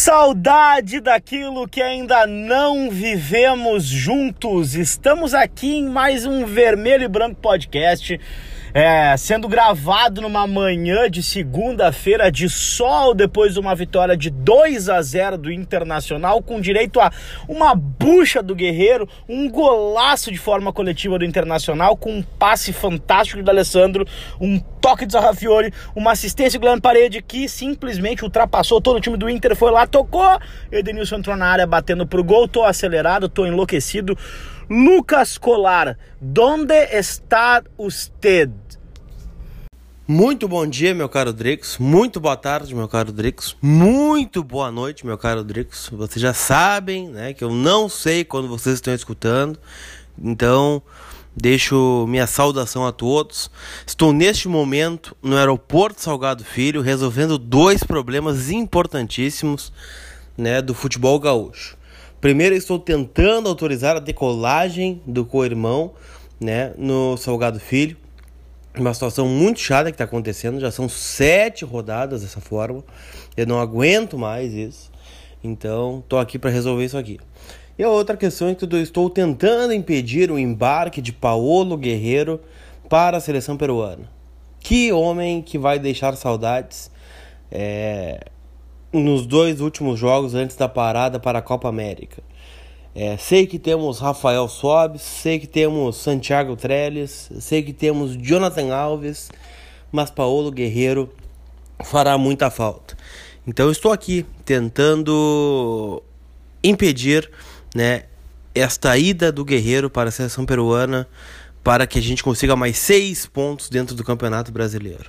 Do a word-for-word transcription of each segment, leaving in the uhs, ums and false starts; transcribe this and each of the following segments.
Saudade daquilo que ainda não vivemos juntos. Estamos aqui em mais um Vermelho e Branco Podcast, é, sendo gravado numa manhã de segunda-feira de sol, depois de uma vitória de dois a zero do Internacional, com direito a uma bucha do Guerreiro, um golaço de forma coletiva do Internacional, com um passe fantástico do Alessandro, um toque de Sarrafiori, uma assistência do Guilherme Parede, que simplesmente ultrapassou todo o time do Inter, foi lá, tocou, Edenilson entrou na área batendo pro gol. Tô acelerado, tô enlouquecido. Lucas Colar, donde está usted? Muito bom dia, meu caro Dricos. Muito boa tarde, meu caro Dricos. Muito boa noite, meu caro Dricos. Vocês já sabem, né, que eu não sei quando vocês estão escutando. Então, deixo minha saudação a todos. Estou neste momento no aeroporto Salgado Filho, resolvendo dois problemas importantíssimos, né, do futebol gaúcho. Primeiro, estou tentando autorizar a decolagem do co-irmão, né, no Salgado Filho. Uma situação muito chata que está acontecendo. Já são sete rodadas dessa forma. Eu não aguento mais isso. Então, estou aqui para resolver isso aqui. E a outra questão é que eu estou tentando impedir o embarque de Paolo Guerreiro para a seleção peruana. Que homem que vai deixar saudades é, nos dois últimos jogos antes da parada para a Copa América. É, sei que temos Rafael Sobis, sei que temos Santiago Trellis, sei que temos Jonathan Alves, mas Paolo Guerreiro fará muita falta. Então estou aqui tentando impedir, né, esta ida do Guerreiro para a seleção peruana, para que a gente consiga mais seis pontos dentro do Campeonato Brasileiro.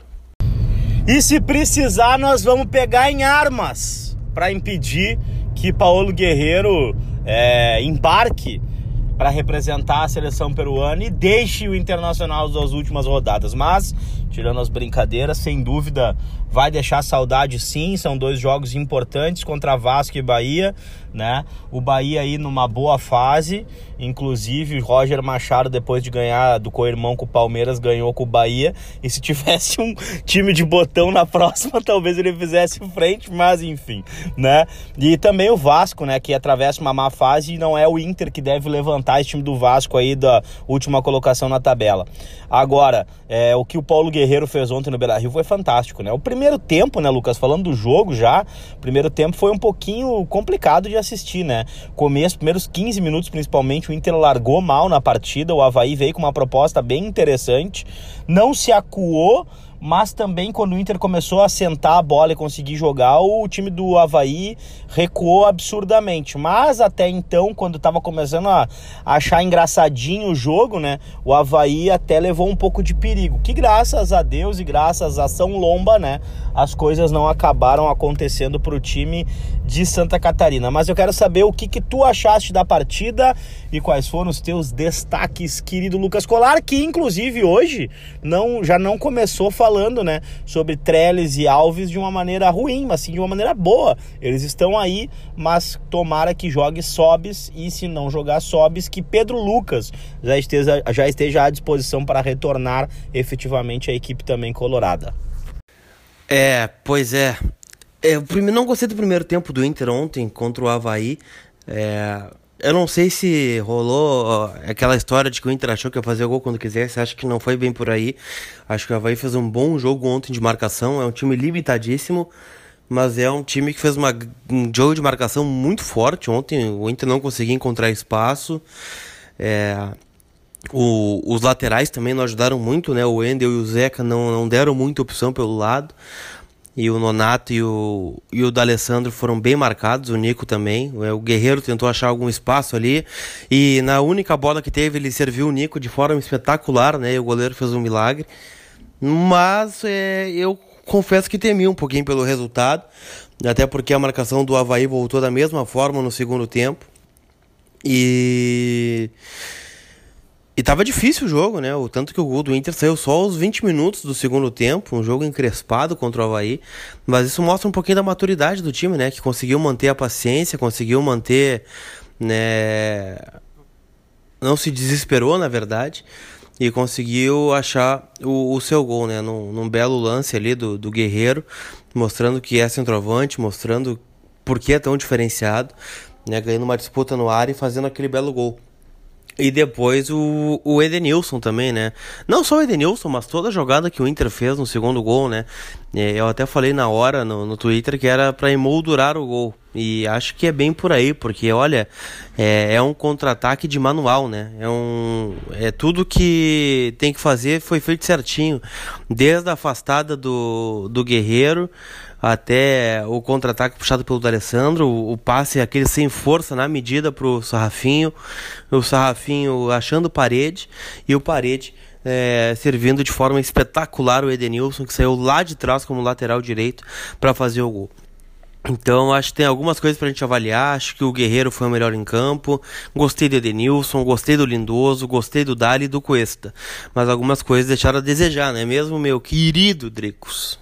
E se precisar, nós vamos pegar em armas para impedir que Paolo Guerreiro é, embarque para representar a seleção peruana e deixe o Internacional das últimas rodadas. Mas, tirando as brincadeiras, sem dúvida vai deixar saudade sim. São dois jogos importantes contra Vasco e Bahia, né? O Bahia aí numa boa fase, inclusive o Roger Machado, depois de ganhar do co-irmão com o Palmeiras, ganhou com o Bahia, e se tivesse um time de botão na próxima, talvez ele fizesse frente, mas enfim, né? E também o Vasco, né, que atravessa uma má fase, e não é o Inter que deve levantar esse time do Vasco aí da última colocação na tabela. Agora, é, o que o Paulo Guerreiro fez ontem no Beira-Rio foi fantástico, né? O primeiro tempo, né, Lucas, falando do jogo já, o primeiro tempo foi um pouquinho complicado de assistir, né? Começo, primeiros quinze minutos principalmente, o Inter largou mal na partida, o Avaí veio com uma proposta bem interessante, não se acuou, mas também quando o Inter começou a sentar a bola e conseguir jogar, o time do Avaí recuou absurdamente. Mas até então, quando estava começando a achar engraçadinho o jogo, né, o Avaí até levou um pouco de perigo, que graças a Deus e graças a São Lomba, né, as coisas não acabaram acontecendo para o time de Santa Catarina. Mas eu quero saber o que, que tu achaste da partida e quais foram os teus destaques, querido Lucas Colar, que inclusive hoje não, já não começou falando falando, né, sobre Trellis e Alves de uma maneira ruim, mas sim de uma maneira boa. Eles estão aí, mas tomara que jogue Sobis, e se não jogar Sobis, que Pedro Lucas já esteja, já esteja à disposição para retornar efetivamente à equipe também colorada. É, pois é. Eu não gostei do primeiro tempo do Inter ontem contra o Avaí. É... Eu não sei se rolou aquela história de que o Inter achou que ia fazer gol quando quisesse. Acho que não foi bem por aí. Acho que o Avaí fez um bom jogo ontem de marcação. É um time limitadíssimo, mas é um time que fez uma, um jogo de marcação muito forte. Ontem o Inter não conseguia encontrar espaço. É, o, os laterais também não ajudaram muito, né? O Wendel e o Zeca não, não deram muita opção pelo lado. E o Nonato e o, e o D'Alessandro foram bem marcados, o Nico também. O Guerreiro tentou achar algum espaço ali, e na única bola que teve, ele serviu o Nico de forma espetacular, né? E o goleiro fez um milagre. Mas é, eu confesso que temi um pouquinho pelo resultado, até porque a marcação do Avaí voltou da mesma forma no segundo tempo. E... E tava difícil o jogo, né? O tanto que o gol do Inter saiu só aos vinte minutos do segundo tempo, um jogo encrespado contra o Avaí. Mas isso mostra um pouquinho da maturidade do time, né? Que conseguiu manter a paciência, conseguiu manter, né? Não se desesperou, na verdade, e conseguiu achar o, o seu gol, né? Num, num belo lance ali do, do Guerreiro, mostrando que é centroavante, mostrando por que é tão diferenciado, né, ganhando uma disputa no ar e fazendo aquele belo gol. E depois o, o Edenilson também, né? Não só o Edenilson, mas toda a jogada que o Inter fez no segundo gol, né? Eu até falei na hora no, no Twitter que era para emoldurar o gol. E acho que é bem por aí, porque olha, é, é um contra-ataque de manual, né? É, um, é tudo que tem que fazer foi feito certinho. Desde a afastada do, do Guerreiro até o contra-ataque puxado pelo D'Alessandro, o, o passe aquele sem força na medida pro Sarrafinho, o Sarrafinho achando parede e o Parede é, servindo de forma espetacular o Edenilson, que saiu lá de trás como lateral direito para fazer o gol. Então acho que tem algumas coisas pra gente avaliar. Acho que o Guerreiro foi o melhor em campo. Gostei do Edenilson, gostei do Lindoso, gostei do Dali e do Cuesta. Mas algumas coisas deixaram a desejar, não é mesmo, meu querido Dricos?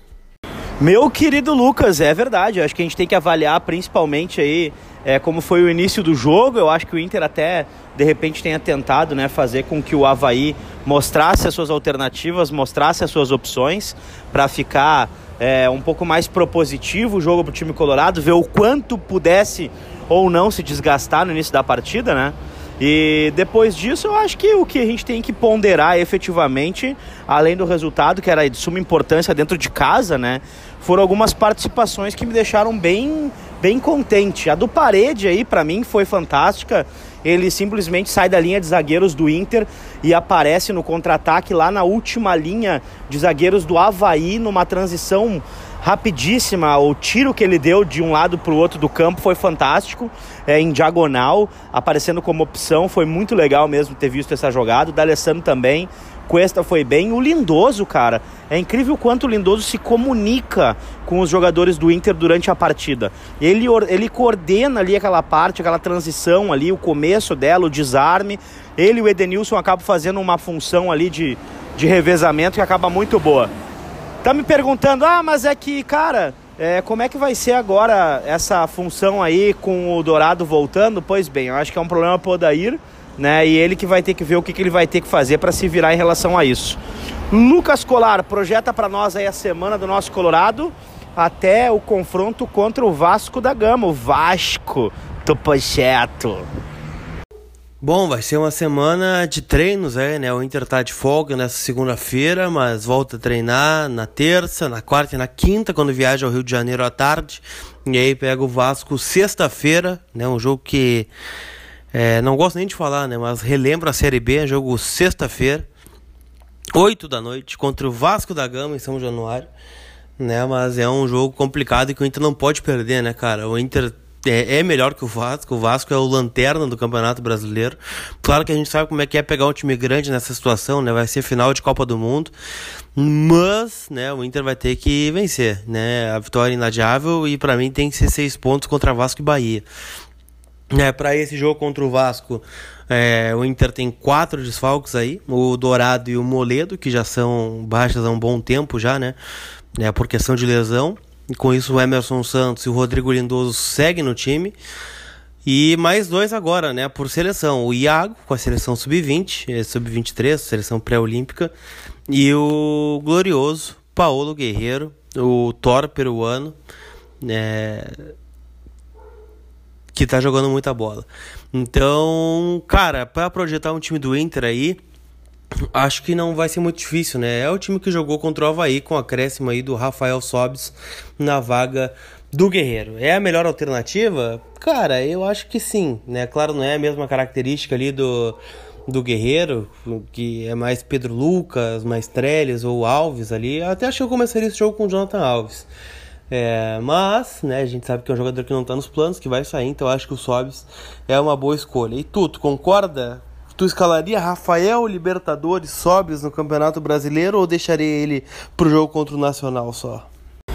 Meu querido Lucas, é verdade. Eu acho que a gente tem que avaliar principalmente aí é, como foi o início do jogo. Eu acho que o Inter até de repente tenha tentado, né, fazer com que o Avaí mostrasse as suas alternativas, mostrasse as suas opções para ficar É, um pouco mais propositivo o jogo para o time colorado, ver o quanto pudesse ou não se desgastar no início da partida, né? E depois disso eu acho que o que a gente tem que ponderar efetivamente, além do resultado, que era de suma importância dentro de casa, né? Foram algumas participações que me deixaram bem, bem contente. A do Parede aí, para mim, foi fantástica. Ele simplesmente sai da linha de zagueiros do Inter e aparece no contra-ataque lá na última linha de zagueiros do Avaí, numa transição rapidíssima. O tiro que ele deu de um lado para o outro do campo foi fantástico, é, em diagonal, aparecendo como opção. Foi muito legal mesmo ter visto essa jogada. O D'Alessandro também. Cuesta foi bem. O Lindoso, cara, é incrível o quanto o Lindoso se comunica com os jogadores do Inter durante a partida. Ele, ele coordena ali aquela parte, aquela transição ali, o começo dela, o desarme. Ele e o Edenilson acabam fazendo uma função ali de, de revezamento que acaba muito boa. Tá me perguntando, ah, mas é que, cara, é, como é que vai ser agora essa função aí com o Dourado voltando? Pois bem, eu acho que é um problema pro Odair, né? E ele que vai ter que ver o que, que ele vai ter que fazer para se virar em relação a isso. Lucas Colar, projeta para nós aí a semana do nosso Colorado até o confronto contra o Vasco da Gama, o Vasco do Projeto. Bom, vai ser uma semana de treinos, é, né? O Inter tá de folga nessa segunda-feira, mas volta a treinar na terça, na quarta e na quinta, quando viaja ao Rio de Janeiro à tarde. E aí pega o Vasco sexta-feira, né? Um jogo que É, não gosto nem de falar, né? Mas relembro a Série B, jogo sexta-feira, oito da noite, contra o Vasco da Gama em São Januário, né? Mas é um jogo complicado e que o Inter não pode perder, né, cara? O Inter é, é melhor que o Vasco, o Vasco é o lanterna do Campeonato Brasileiro. Claro que a gente sabe como é que é pegar um time grande nessa situação, né? Vai ser final de Copa do Mundo, mas, né, o Inter vai ter que vencer, né? A vitória é inadiável e pra mim tem que ser seis pontos contra Vasco e Bahia. É, para esse jogo contra o Vasco, é, o Inter tem quatro desfalques aí, o Dourado e o Moledo, que já são baixas há um bom tempo já, né, é, por questão de lesão. E com isso o Emerson Santos e o Rodrigo Lindoso seguem no time. E mais dois agora, né, por seleção. O Iago, com a seleção sub vinte, sub vinte e três, seleção pré-olímpica. E o glorioso Paulo Guerreiro, o Thor peruano, né, que tá jogando muita bola. Então, cara, para projetar um time do Inter aí, acho que não vai ser muito difícil, né? É o time que jogou contra o Avaí com o acréscimo aí do Rafael Sobis na vaga do Guerreiro. É a melhor alternativa? Cara, eu acho que sim, né? Claro, não é a mesma característica ali do, do Guerreiro, que é mais Pedro Lucas, mais Trellis ou Alves ali. Eu até acho que eu começaria esse jogo com o Jonathan Alves. É, mas, né, a gente sabe que é um jogador que não tá nos planos, que vai sair, então eu acho que o Sobis é uma boa escolha. E tu, tu concorda? Tu escalaria Rafael Libertadores Sobis no Campeonato Brasileiro ou deixaria ele pro jogo contra o Nacional só?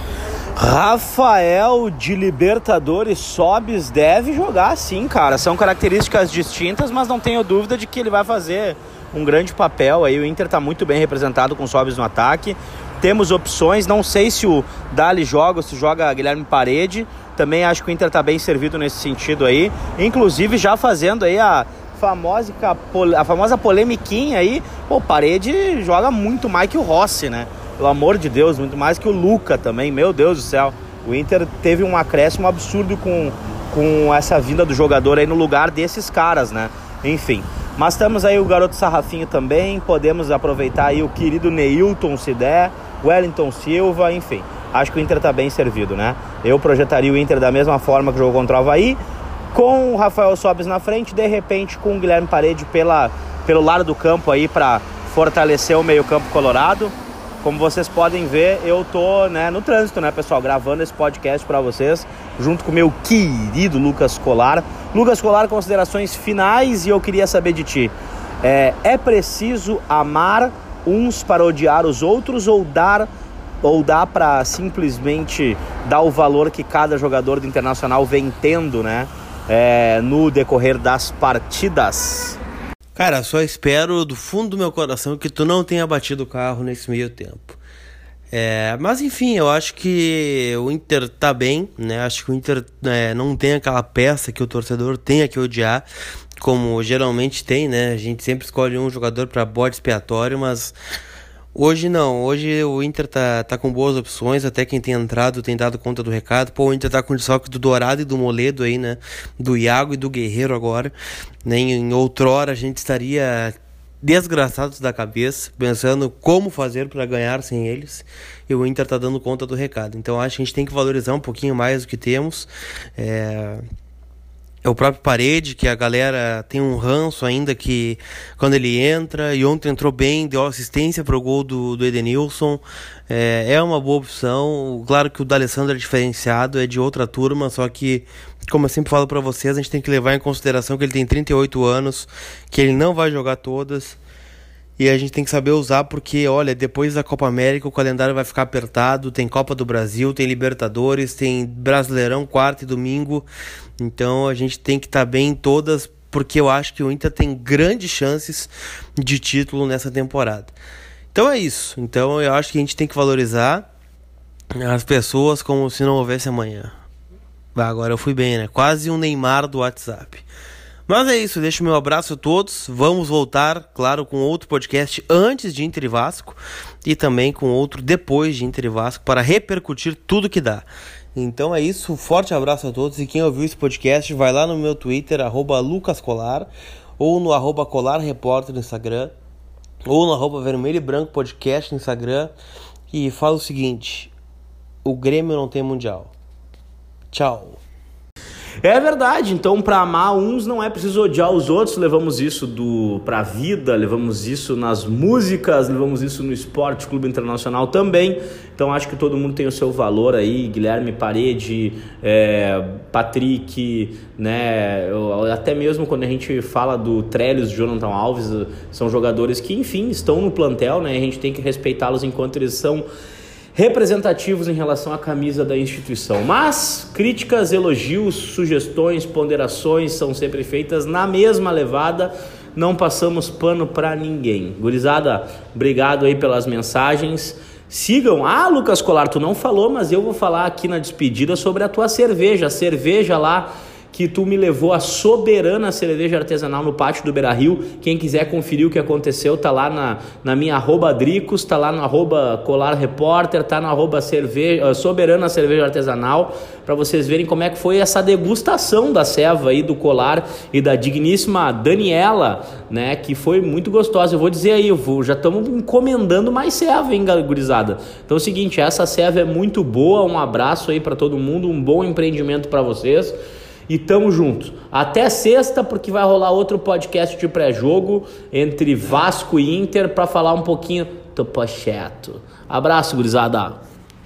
Rafael de Libertadores Sobis deve jogar sim, cara. São características distintas, mas não tenho dúvida de que ele vai fazer um grande papel aí. O Inter tá muito bem representado com Sobis no ataque. Temos opções, não sei se o Dali joga ou se joga Guilherme Parede. Também acho que o Inter tá bem servido nesse sentido aí. Inclusive já fazendo aí a famosa, a famosa polemiquinha aí. Pô, Parede joga muito mais que o Rossi, né? Pelo amor de Deus, muito mais que o Luca também. Meu Deus do céu. O Inter teve um acréscimo absurdo com, com essa vinda do jogador aí no lugar desses caras, né? Enfim, mas temos aí o garoto Sarrafinho também, podemos aproveitar aí o querido Neilton se der, Wellington Silva, enfim. Acho que o Inter tá bem servido, né? Eu projetaria o Inter da mesma forma que jogou contra o Avaí, com o Rafael Sobis na frente, de repente com o Guilherme Parede pela, pelo lado do campo aí para fortalecer o meio-campo colorado. Como vocês podem ver, eu tô, né, no trânsito, né, pessoal, gravando esse podcast para vocês, junto com o meu querido Lucas Colar. Lucas Colar, considerações finais, e eu queria saber de ti. É, é preciso amar uns para odiar os outros, ou dar ou dá para simplesmente dar o valor que cada jogador do Internacional vem tendo, né, é, no decorrer das partidas? Cara, só espero do fundo do meu coração que tu não tenha batido o carro nesse meio tempo. É, mas enfim, eu acho que o Inter tá bem, né? Acho que o Inter é, não tem aquela peça que o torcedor tenha que odiar, como geralmente tem, né? A gente sempre escolhe um jogador para bode expiatório, mas hoje não, hoje o Inter tá, tá com boas opções, até quem tem entrado tem dado conta do recado. Pô, o Inter tá com o desfalque do Dourado e do Moledo aí, né? Do Iago e do Guerreiro agora. Nem em outrora a gente estaria desgraçados da cabeça, pensando como fazer para ganhar sem eles, e o Inter tá dando conta do recado. Então acho que a gente tem que valorizar um pouquinho mais o que temos. É... É o próprio Parede, que a galera tem um ranço ainda que quando ele entra, e ontem entrou bem, deu assistência pro gol do, do Edenilson, é, é uma boa opção. Claro que o D'Alessandro é diferenciado, é de outra turma, só que, como eu sempre falo para vocês, a gente tem que levar em consideração que ele tem trinta e oito anos, que ele não vai jogar todas, e a gente tem que saber usar, porque, olha, depois da Copa América o calendário vai ficar apertado, tem Copa do Brasil, tem Libertadores, tem Brasileirão, quarta e domingo, então a gente tem que estar tá bem em todas, porque eu acho que o Inter tem grandes chances de título nessa temporada. Então é isso, então eu acho que a gente tem que valorizar as pessoas como se não houvesse amanhã. Agora eu fui bem, né? Quase um Neymar do WhatsApp. Mas é isso, deixo meu abraço a todos. Vamos voltar, claro, com outro podcast antes de Inter e Vasco, e também com outro depois de Inter e Vasco, para repercutir tudo que dá. Então é isso, forte abraço a todos, e quem ouviu esse podcast vai lá no meu Twitter, arroba lucascolar, ou no arroba colarrepórter no Instagram, ou no arroba vermelho e branco podcast no Instagram, e fala o seguinte: o Grêmio não tem mundial. Tchau. É verdade, então para amar uns não é preciso odiar os outros. Levamos isso do, pra vida, levamos isso nas músicas, levamos isso no Esporte Clube Internacional também. Então acho que todo mundo tem o seu valor aí, Guilherme Parede, é, Patrick, né? Até mesmo quando a gente fala do Trellis, Jonathan Alves, são jogadores que, enfim, estão no plantel, né? A gente tem que respeitá-los enquanto eles são representativos em relação à camisa da instituição. Mas críticas, elogios, sugestões, ponderações são sempre feitas na mesma levada. Não passamos pano pra ninguém. Gurizada, obrigado aí pelas mensagens. Sigam. Ah, Lucas Colar, tu não falou, mas eu vou falar aqui na despedida sobre a tua cerveja. A cerveja lá que tu me levou, a Soberana Cerveja Artesanal no pátio do Beira-Rio. Quem quiser conferir o que aconteceu, tá lá na, na minha arroba Dricos, tá lá no arroba Colar Repórter, tá no arroba cerveja, Soberana Cerveja Artesanal, para vocês verem como é que foi essa degustação da ceva aí do Colar e da digníssima Daniela, né, que foi muito gostosa. Eu vou dizer aí, eu vou, já estamos encomendando mais ceva, hein, gurizada. Então é o seguinte, essa ceva é muito boa, um abraço aí para todo mundo, um bom empreendimento para vocês. E tamo junto. Até sexta, porque vai rolar outro podcast de pré-jogo entre Vasco e Inter para falar um pouquinho do projeto. Abraço, gurizada.